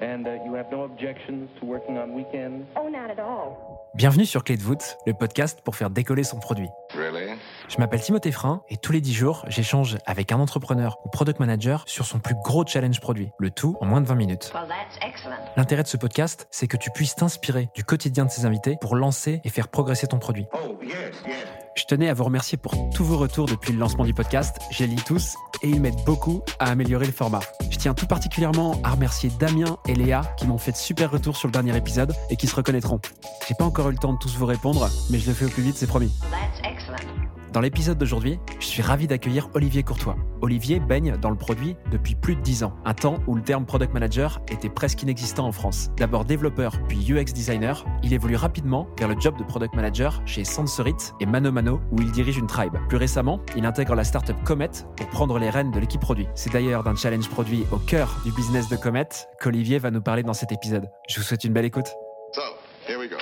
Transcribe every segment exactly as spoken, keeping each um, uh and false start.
And uh, you have no objections to working on weekends? Oh, not at all. Bienvenue sur Clé de voûte, le podcast pour faire décoller son produit. Really? Je m'appelle Timothée Frein et tous les dix jours, j'échange avec un entrepreneur ou product manager sur son plus gros challenge produit, le tout en moins de vingt minutes. Well, that's excellent. L'intérêt de ce podcast, c'est que tu puisses t'inspirer du quotidien de ses invités pour lancer et faire progresser ton produit. Oh, yes, yes. Je tenais à vous remercier pour tous vos retours depuis le lancement du podcast. Je les lis tous et ils m'aident beaucoup à améliorer le format. Je tiens tout particulièrement à remercier Damien et Léa qui m'ont fait de super retours sur le dernier épisode et qui se reconnaîtront. J'ai pas encore eu le temps de tous vous répondre, mais je le fais au plus vite, c'est promis. Well, that's excellent. Dans l'épisode d'aujourd'hui, je suis ravi d'accueillir Olivier Courtois. Olivier baigne dans le produit depuis plus de dix ans, un temps où le terme product manager était presque inexistant en France. D'abord développeur, puis U X designer, il évolue rapidement vers le job de product manager chez Sensorit et Mano Mano, où il dirige une tribe. Plus récemment, il intègre la startup Comet pour prendre les rênes de l'équipe produit. C'est d'ailleurs d'un challenge produit au cœur du business de Comet qu'Olivier va nous parler dans cet épisode. Je vous souhaite une belle écoute. So, here we go.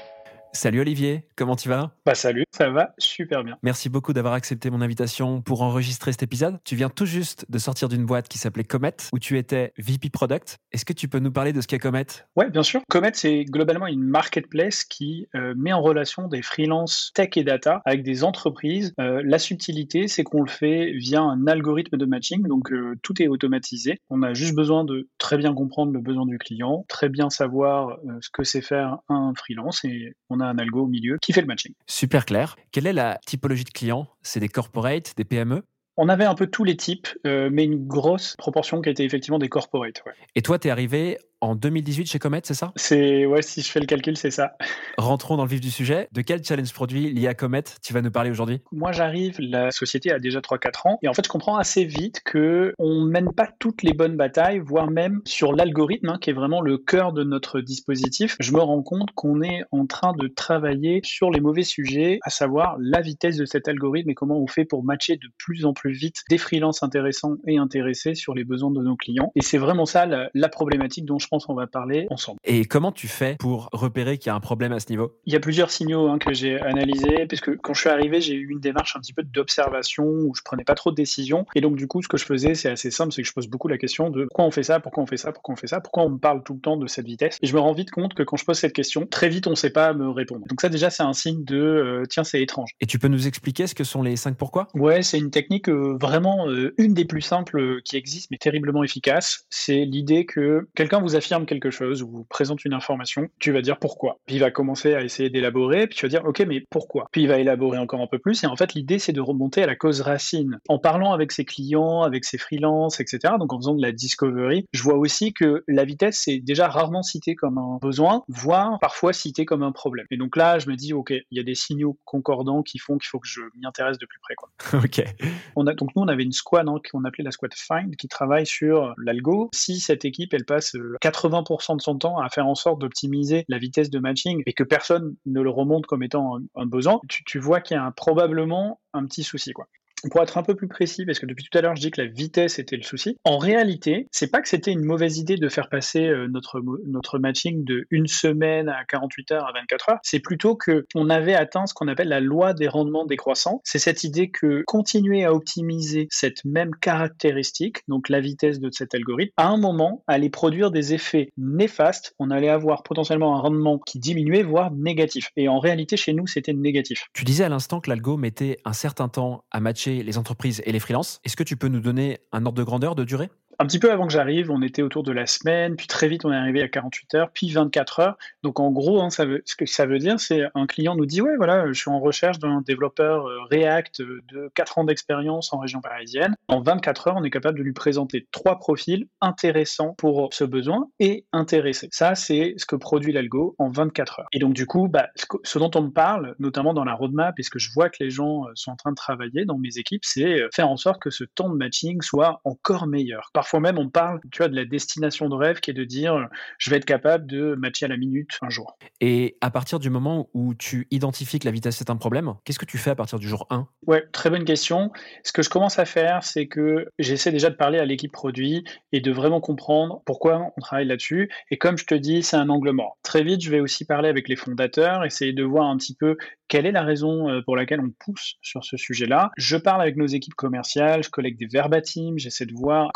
Salut Olivier, comment tu vas ? Bah salut, ça va super bien. Merci beaucoup d'avoir accepté mon invitation pour enregistrer cet épisode. Tu viens tout juste de sortir d'une boîte qui s'appelait Comet, où tu étais V P Product. Est-ce que tu peux nous parler de ce qu'est Comet ? Ouais, bien sûr. Comet, c'est globalement une marketplace qui euh, met en relation des freelances tech et data avec des entreprises. Euh, la subtilité, c'est qu'on le fait via un algorithme de matching, donc euh, tout est automatisé. On a juste besoin de très bien comprendre le besoin du client, très bien savoir euh, ce que c'est faire un freelance, et on a un algo au milieu qui fait le matching. Super clair. Quelle est la typologie de clients ? C'est des corporates, des P M E ? On avait un peu tous les types, euh, mais une grosse proportion qui était effectivement des corporates. Ouais. Et toi, tu es arrivé en deux mille dix-huit chez Comet, c'est ça ? C'est, ouais, si je fais le calcul, c'est ça. Rentrons dans le vif du sujet. De quel challenge produit lié à Comet tu vas nous parler aujourd'hui ? Moi, j'arrive, la société a déjà trois quatre ans, et en fait, je comprends assez vite que on mène pas toutes les bonnes batailles, voire même sur l'algorithme, hein, qui est vraiment le cœur de notre dispositif. Je me rends compte qu'on est en train de travailler sur les mauvais sujets, à savoir la vitesse de cet algorithme et comment on fait pour matcher de plus en plus vite des freelances intéressants et intéressés sur les besoins de nos clients. Et c'est vraiment ça la, la problématique dont je pense qu'on va parler ensemble. Et comment tu fais pour repérer qu'il y a un problème à ce niveau ? Il y a plusieurs signaux hein, que j'ai analysés, parce que quand je suis arrivé, j'ai eu une démarche un petit peu d'observation où je prenais pas trop de décisions. Et donc, du coup, ce que je faisais, c'est assez simple, c'est que je pose beaucoup la question de pourquoi on fait ça, pourquoi on fait ça, pourquoi on fait ça, pourquoi on me parle tout le temps de cette vitesse. Et je me rends vite compte que quand je pose cette question, très vite, on sait pas me répondre. Donc ça, déjà, c'est un signe de euh, tiens, c'est étrange. Et tu peux nous expliquer ce que sont les cinq pourquoi ? Ouais, c'est une technique euh, vraiment euh, une des plus simples euh, qui existe, mais terriblement efficace. C'est l'idée que quelqu'un vous affirme quelque chose ou vous présente une information, tu vas dire pourquoi. Puis il va commencer à essayer d'élaborer, puis tu vas dire ok, mais pourquoi ? Puis il va élaborer encore un peu plus, et en fait l'idée c'est de remonter à la cause racine. En parlant avec ses clients, avec ses freelances, et cetera, donc en faisant de la discovery, je vois aussi que la vitesse c'est déjà rarement cité comme un besoin, voire parfois cité comme un problème. Et donc là je me dis ok, il y a des signaux concordants qui font qu'il faut que je m'y intéresse de plus près, quoi. Ok. On a, donc nous on avait une squad hein, qu'on appelait la squad Find qui travaille sur l'algo. Si cette équipe elle passe quatre-vingts pour cent de son temps à faire en sorte d'optimiser la vitesse de matching et que personne ne le remonte comme étant un, un besoin, tu, tu vois qu'il y a un, probablement un petit souci, quoi. Pour être un peu plus précis, parce que depuis tout à l'heure je dis que la vitesse était le souci, en réalité, c'est pas que c'était une mauvaise idée de faire passer euh, notre, notre matching de une semaine à quarante-huit heures à vingt-quatre heures, c'est plutôt qu'on avait atteint ce qu'on appelle la loi des rendements décroissants. C'est cette idée que continuer à optimiser cette même caractéristique, donc la vitesse de cet algorithme, à un moment allait produire des effets néfastes, on allait avoir potentiellement un rendement qui diminuait, voire négatif. Et en réalité, chez nous, c'était négatif. Tu disais à l'instant que l'algo mettait un certain temps à matcher les entreprises et les freelances. Est-ce que tu peux nous donner un ordre de grandeur, de durée ? Un petit peu avant que j'arrive, on était autour de la semaine, puis très vite on est arrivé à quarante-huit heures, puis vingt-quatre heures. Donc en gros, hein, ça veut, ce que ça veut dire, c'est un client nous dit « Ouais, voilà, je suis en recherche d'un développeur euh, React de quatre ans d'expérience en région parisienne. » En vingt-quatre heures, on est capable de lui présenter trois profils intéressants pour ce besoin et intéressés. Ça, c'est ce que produit l'algo en vingt-quatre heures. Et donc du coup, bah, ce, que, ce dont on me parle, notamment dans la roadmap, et ce que je vois que les gens sont en train de travailler dans mes équipes, c'est faire en sorte que ce temps de matching soit encore meilleur. Parfois même, on parle, tu vois, de la destination de rêve qui est de dire je vais être capable de matcher à la minute un jour. Et à partir du moment où tu identifies que la vitesse est un problème, qu'est-ce que tu fais à partir du jour un ? Ouais, très bonne question. Ce que je commence à faire, c'est que j'essaie déjà de parler à l'équipe produit et de vraiment comprendre pourquoi on travaille là-dessus. Et comme je te dis, c'est un angle mort. Très vite, je vais aussi parler avec les fondateurs, essayer de voir un petit peu quelle est la raison pour laquelle on pousse sur ce sujet-là. Je parle avec nos équipes commerciales, je collecte des verbatims, j'essaie de voir comment les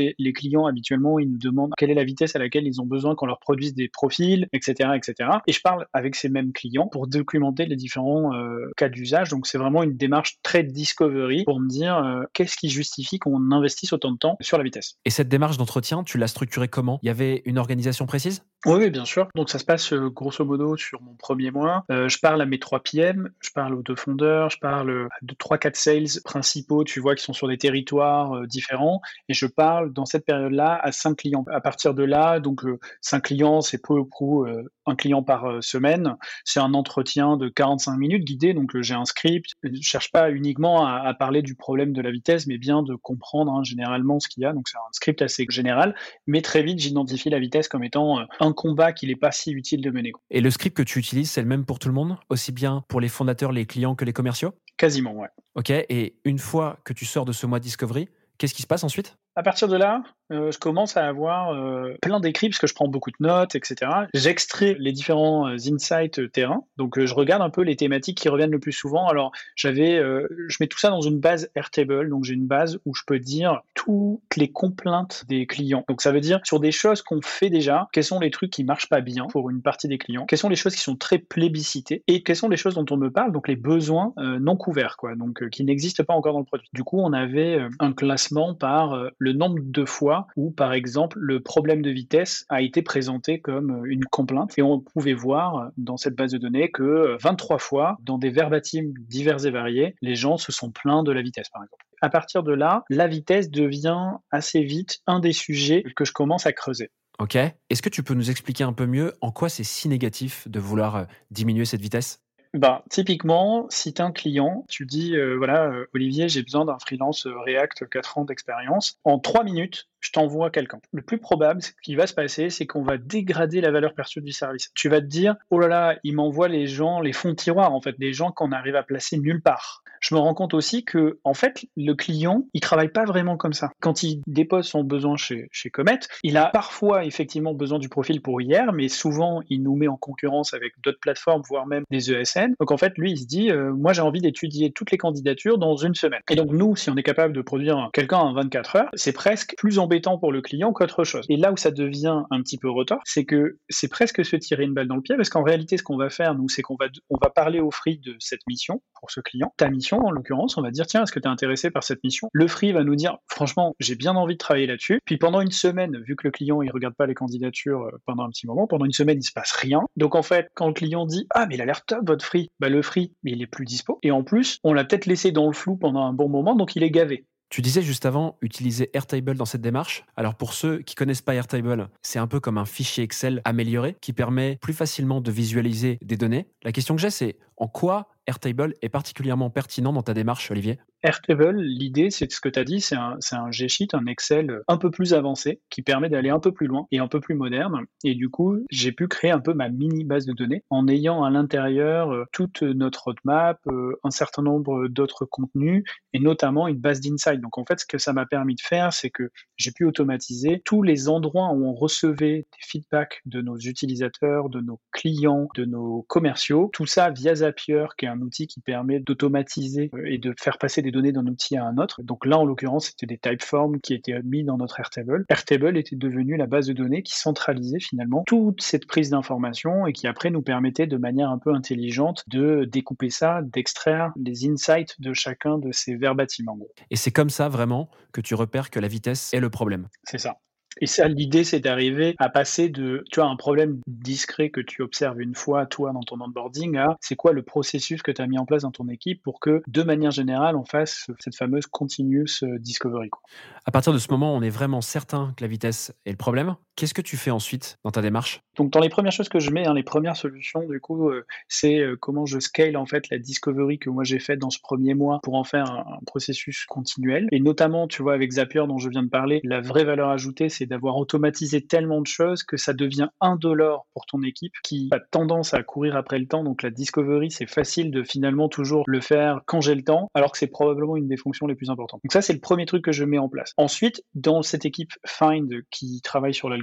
les, les clients, habituellement, ils nous demandent quelle est la vitesse à laquelle ils ont besoin qu'on leur produise des profils, et cetera, et cetera. Et je parle avec ces mêmes clients pour documenter les différents euh, cas d'usage. Donc, c'est vraiment une démarche très discovery pour me dire euh, qu'est-ce qui justifie qu'on investisse autant de temps sur la vitesse. Et cette démarche d'entretien, tu l'as structurée comment? Il y avait une organisation précise? Oui, oui, bien sûr. Donc ça se passe euh, grosso modo sur mon premier mois. Euh, je parle à mes trois P M, je parle aux deux fondeurs, je parle euh, à deux, trois, quatre sales principaux, tu vois, qui sont sur des territoires euh, différents. Et je parle dans cette période-là à cinq clients. À partir de là, donc euh, cinq clients, c'est peu ou prou euh, un client par euh, semaine. C'est un entretien de quarante-cinq minutes guidé. Donc euh, j'ai un script. Je cherche pas uniquement à, à parler du problème de la vitesse, mais bien de comprendre hein, généralement ce qu'il y a. Donc c'est un script assez général. Mais très vite, j'identifie la vitesse comme étant euh, un combat qu'il n'est pas si utile de mener. Et le script que tu utilises, c'est le même pour tout le monde? Aussi bien pour les fondateurs, les clients que les commerciaux? Quasiment, ouais. Ok, et une fois que tu sors de ce mois Discovery, qu'est-ce qui se passe ensuite? À partir de là, euh, je commence à avoir euh, plein d'écrits parce que je prends beaucoup de notes, et cetera. J'extrais les différents euh, insights euh, terrain. Donc, euh, je regarde un peu les thématiques qui reviennent le plus souvent. Alors, j'avais, euh, je mets tout ça dans une base Airtable. Donc, j'ai une base où je peux dire toutes les complaintes des clients. Donc, ça veut dire sur des choses qu'on fait déjà, quels sont les trucs qui marchent pas bien pour une partie des clients, quelles sont les choses qui sont très plébiscitées et quelles sont les choses dont on me parle, donc les besoins euh, non couverts, quoi, donc euh, qui n'existent pas encore dans le produit. Du coup, on avait euh, un classement par euh, le nombre de fois où, par exemple, le problème de vitesse a été présenté comme une complainte. Et on pouvait voir dans cette base de données que vingt-trois fois, dans des verbatims divers et variés, les gens se sont plaints de la vitesse, par exemple. À partir de là, la vitesse devient assez vite un des sujets que je commence à creuser. Ok. Est-ce que tu peux nous expliquer un peu mieux en quoi c'est si négatif de vouloir euh, diminuer cette vitesse? Bah, typiquement, si tu es un client, tu dis, euh, voilà, euh, Olivier, j'ai besoin d'un freelance euh, React quatre ans d'expérience. En trois minutes, je t'envoie quelqu'un. Le plus probable, ce qui va se passer, c'est qu'on va dégrader la valeur perçue du service. Tu vas te dire, oh là là, il m'envoie les gens, les fonds de tiroir, en fait, des gens qu'on arrive à placer nulle part. Je me rends compte aussi que, en fait, le client, il travaille pas vraiment comme ça. Quand il dépose son besoin chez, chez Comet, il a parfois effectivement besoin du profil pour hier, mais souvent, il nous met en concurrence avec d'autres plateformes, voire même des E S N. Donc, en fait, lui, il se dit, euh, moi, j'ai envie d'étudier toutes les candidatures dans une semaine. Et donc, nous, si on est capable de produire quelqu'un en vingt-quatre heures, c'est presque plus embêtant pour le client qu'autre chose. Et là où ça devient un petit peu retort, c'est que c'est presque se tirer une balle dans le pied, parce qu'en réalité, ce qu'on va faire, nous, c'est qu'on va, on va parler au free de cette mission pour ce client. Ta mission, en l'occurrence, on va dire, tiens, est-ce que tu es intéressé par cette mission? Le free va nous dire, franchement, j'ai bien envie de travailler là-dessus. Puis pendant une semaine, vu que le client, il regarde pas les candidatures pendant un petit moment, pendant une semaine, il se passe rien. Donc en fait, quand le client dit, ah, mais il a l'air top, votre free, bah le free, mais il est plus dispo. Et en plus, on l'a peut-être laissé dans le flou pendant un bon moment, donc il est gavé. Tu disais juste avant utiliser Airtable dans cette démarche. Alors pour ceux qui connaissent pas Airtable, c'est un peu comme un fichier Excel amélioré qui permet plus facilement de visualiser des données. La question que j'ai, c'est en quoi Airtable est particulièrement pertinent dans ta démarche, Olivier? Airtable, l'idée, c'est ce que tu as dit, c'est un, c'est un G-Sheet, un Excel un peu plus avancé qui permet d'aller un peu plus loin et un peu plus moderne. Et du coup, j'ai pu créer un peu ma mini base de données en ayant à l'intérieur euh, toute notre roadmap, euh, un certain nombre d'autres contenus et notamment une base d'insight. Donc en fait, ce que ça m'a permis de faire, c'est que j'ai pu automatiser tous les endroits où on recevait des feedbacks de nos utilisateurs, de nos clients, de nos commerciaux. Tout ça via Zapier, qui est un outil qui permet d'automatiser euh, et de faire passer des données d'un outil à un autre. Donc là, en l'occurrence, c'était des typeforms qui étaient mis dans notre Airtable. Airtable était devenu la base de données qui centralisait finalement toute cette prise d'informations et qui après nous permettait de manière un peu intelligente de découper ça, d'extraire les insights de chacun de ces verbatims en gros. Et c'est comme ça vraiment que tu repères que la vitesse est le problème. C'est ça. Et ça, l'idée, c'est d'arriver à passer de, tu vois, un problème discret que tu observes une fois, toi, dans ton onboarding, à c'est quoi le processus que tu as mis en place dans ton équipe pour que, de manière générale, on fasse cette fameuse continuous discovery, quoi. À partir de ce moment, on est vraiment certain que la vitesse est le problème. Qu'est-ce que tu fais ensuite dans ta démarche? Donc, dans les premières choses que je mets, hein, les premières solutions, du coup, euh, c'est euh, comment je scale, en fait, la discovery que moi j'ai faite dans ce premier mois pour en faire un, un processus continuel. Et notamment, tu vois, avec Zapier, dont je viens de parler, la vraie valeur ajoutée, c'est d'avoir automatisé tellement de choses que ça devient indolore pour ton équipe qui a tendance à courir après le temps. Donc la discovery, c'est facile de finalement toujours le faire quand j'ai le temps, alors que c'est probablement une des fonctions les plus importantes. Donc ça, c'est le premier truc que je mets en place. Ensuite, dans cette équipe Find qui travaille sur l'algorithme,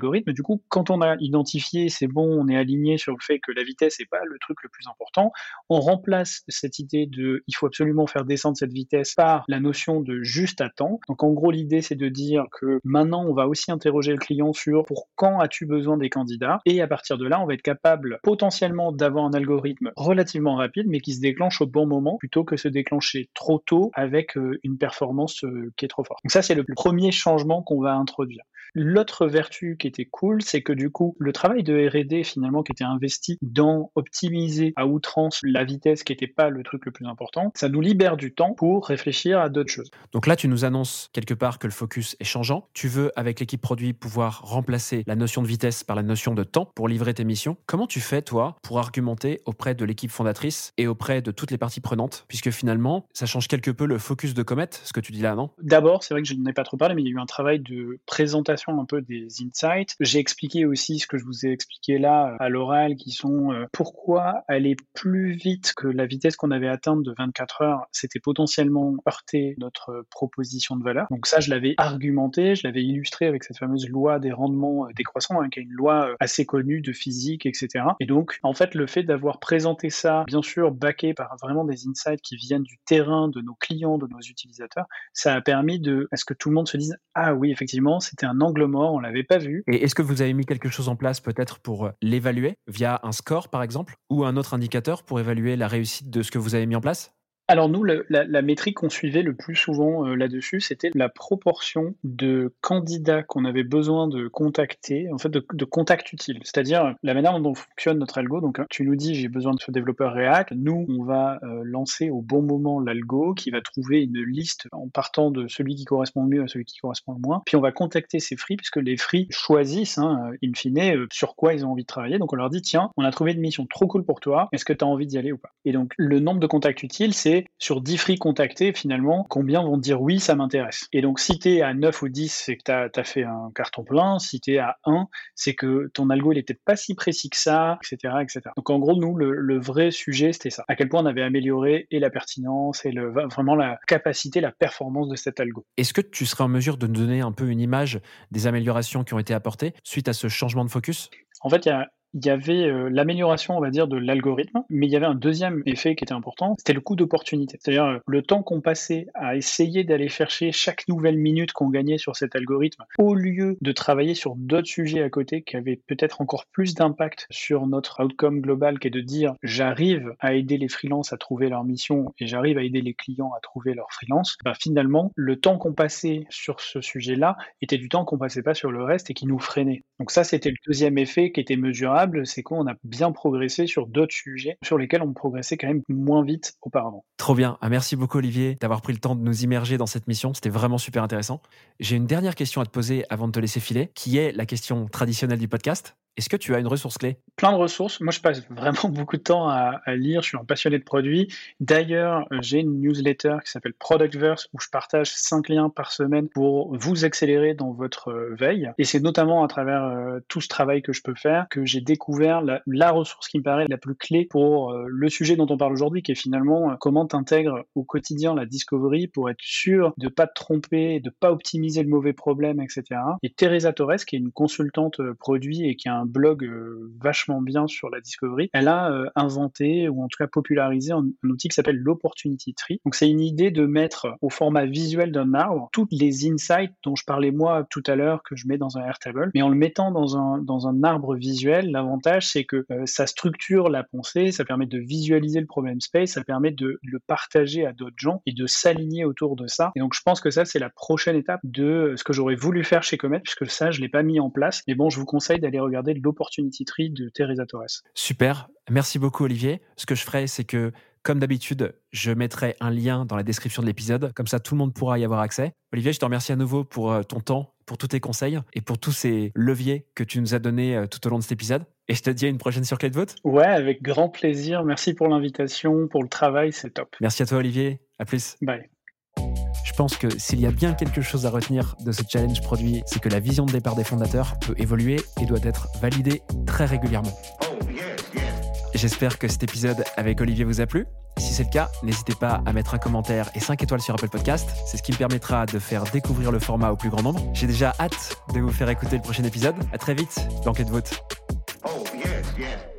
l'algorithme. Du coup, quand on a identifié, c'est bon, on est aligné sur le fait que la vitesse n'est pas le truc le plus important, on remplace cette idée de il faut absolument faire descendre cette vitesse par la notion de juste à temps. Donc en gros, l'idée, c'est de dire que maintenant, on va aussi interroger le client sur pour quand as-tu besoin des candidats, et à partir de là, on va être capable potentiellement d'avoir un algorithme relativement rapide, mais qui se déclenche au bon moment, plutôt que se déclencher trop tôt avec euh, une performance euh, qui est trop forte. Donc ça, c'est le premier changement qu'on va introduire. L'autre vertu qui était cool, c'est que du coup, le travail de R et D finalement qui était investi dans optimiser à outrance la vitesse qui n'était pas le truc le plus important, ça nous libère du temps pour réfléchir à d'autres choses. Donc là, tu nous annonces quelque part que le focus est changeant. Tu veux, avec l'équipe produit, pouvoir remplacer la notion de vitesse par la notion de temps pour livrer tes missions. Comment tu fais, toi, pour argumenter auprès de l'équipe fondatrice et auprès de toutes les parties prenantes, puisque finalement, ça change quelque peu le focus de Comet, ce que tu dis là, non ? D'abord, c'est vrai que je n'en ai pas trop parlé, mais il y a eu un travail de présentation un peu des insights. J'ai expliqué aussi ce que je vous ai expliqué là à l'oral, qui sont euh, pourquoi aller plus vite que la vitesse qu'on avait atteinte de vingt-quatre heures, c'était potentiellement heurter notre proposition de valeur. Donc ça, je l'avais argumenté, je l'avais illustré avec cette fameuse loi des rendements décroissants, hein, qui est une loi assez connue de physique, et cetera. Et donc, en fait, le fait d'avoir présenté ça, bien sûr, backé par vraiment des insights qui viennent du terrain, de nos clients, de nos utilisateurs, ça a permis de, à ce que tout le monde se dise « Ah oui, effectivement, c'était un angle mort, on l'avait pas vu. » Et est-ce que vous avez mis quelque chose en place peut-être pour l'évaluer via un score par exemple ou un autre indicateur pour évaluer la réussite de ce que vous avez mis en place ? Alors nous, le, la, la métrique qu'on suivait le plus souvent euh, là-dessus, c'était la proportion de candidats qu'on avait besoin de contacter, en fait de, de contacts utiles. C'est-à-dire la manière dont fonctionne notre algo. Donc hein, tu nous dis j'ai besoin de ce développeur React, nous on va euh, lancer au bon moment l'algo qui va trouver une liste en partant de celui qui correspond le mieux à celui qui correspond le moins. Puis on va contacter ces free puisque les free choisissent, hein, in fine, euh, sur quoi ils ont envie de travailler. Donc on leur dit tiens, on a trouvé une mission trop cool pour toi, est-ce que tu as envie d'y aller ou pas? Et donc le nombre de contacts utiles, c'est sur dix free contactés, finalement, combien vont dire oui, ça m'intéresse. Et donc, si tu es à neuf ou dix, c'est que tu as fait un carton plein. Si tu es à un, c'est que ton algo, il est peut-être pas si précis que ça, et cetera, et cetera. Donc, en gros, nous, le, le vrai sujet, c'était ça. À quel point on avait amélioré et la pertinence et le, vraiment la capacité, la performance de cet algo. Est-ce que tu serais en mesure de nous donner un peu une image des améliorations qui ont été apportées suite à ce changement de focus ? En fait, il y a Il y avait euh, l'amélioration, on va dire, de l'algorithme, mais il y avait un deuxième effet qui était important, c'était le coût d'opportunité. C'est-à-dire euh, le temps qu'on passait à essayer d'aller chercher chaque nouvelle minute qu'on gagnait sur cet algorithme, au lieu de travailler sur d'autres sujets à côté qui avaient peut-être encore plus d'impact sur notre outcome global, qui est de dire j'arrive à aider les freelances à trouver leur mission et j'arrive à aider les clients à trouver leur freelance. Ben, finalement, le temps qu'on passait sur ce sujet-là était du temps qu'on passait pas sur le reste et qui nous freinait. Donc ça, c'était le deuxième effet qui était mesurable, c'est qu'on a bien progressé sur d'autres sujets sur lesquels on progressait quand même moins vite auparavant. Trop bien. Ah, merci beaucoup Olivier d'avoir pris le temps de nous immerger dans cette mission. C'était vraiment super intéressant. J'ai une dernière question à te poser avant de te laisser filer, qui est la question traditionnelle du podcast. Est-ce que tu as une ressource clé ? Plein de ressources. Moi, je passe vraiment beaucoup de temps à, à lire. Je suis un passionné de produits. D'ailleurs, j'ai une newsletter qui s'appelle Productverse où je partage cinq liens par semaine pour vous accélérer dans votre veille. Et c'est notamment à travers euh, tout ce travail que je peux faire que j'ai découvert la, la ressource qui me paraît la plus clé pour euh, le sujet dont on parle aujourd'hui, qui est finalement euh, comment t'intègres au quotidien la discovery pour être sûr de pas te tromper, de pas optimiser le mauvais problème, et cetera. Et Teresa Torres, qui est une consultante euh, produit et qui a un blog euh, vachement bien sur la discovery, elle a euh, inventé ou en tout cas popularisé un, un outil qui s'appelle l'Opportunity Tree. Donc c'est une idée de mettre au format visuel d'un arbre toutes les insights dont je parlais moi tout à l'heure que je mets dans un Airtable, mais en le mettant dans un, dans un arbre visuel. L'avantage c'est que euh, ça structure la pensée, ça permet de visualiser le problem space, ça permet de le partager à d'autres gens et de s'aligner autour de ça. Et donc je pense que ça c'est la prochaine étape de ce que j'aurais voulu faire chez Comet, puisque ça je l'ai pas mis en place. Mais bon, je vous conseille d'aller regarder l'Opportunity Tree de Teresa Torres. Super, merci beaucoup Olivier. Ce que je ferai, c'est que, comme d'habitude, je mettrai un lien dans la description de l'épisode, comme ça tout le monde pourra y avoir accès. Olivier, je te remercie à nouveau pour ton temps, pour tous tes conseils et pour tous ces leviers que tu nous as donnés tout au long de cet épisode. Et je te dis à une prochaine sur Clé de Vote. Ouais, avec grand plaisir. Merci pour l'invitation, pour le travail, c'est top. Merci à toi Olivier, à plus. Bye. Je pense que s'il y a bien quelque chose à retenir de ce challenge produit, c'est que la vision de départ des fondateurs peut évoluer et doit être validée très régulièrement. Oh, yes, yes. J'espère que cet épisode avec Olivier vous a plu. Si c'est le cas, n'hésitez pas à mettre un commentaire et cinq étoiles sur Apple Podcast. C'est ce qui me permettra de faire découvrir le format au plus grand nombre. J'ai déjà hâte de vous faire écouter le prochain épisode. À très vite dans Clé de voûte. Oh, yes, yes.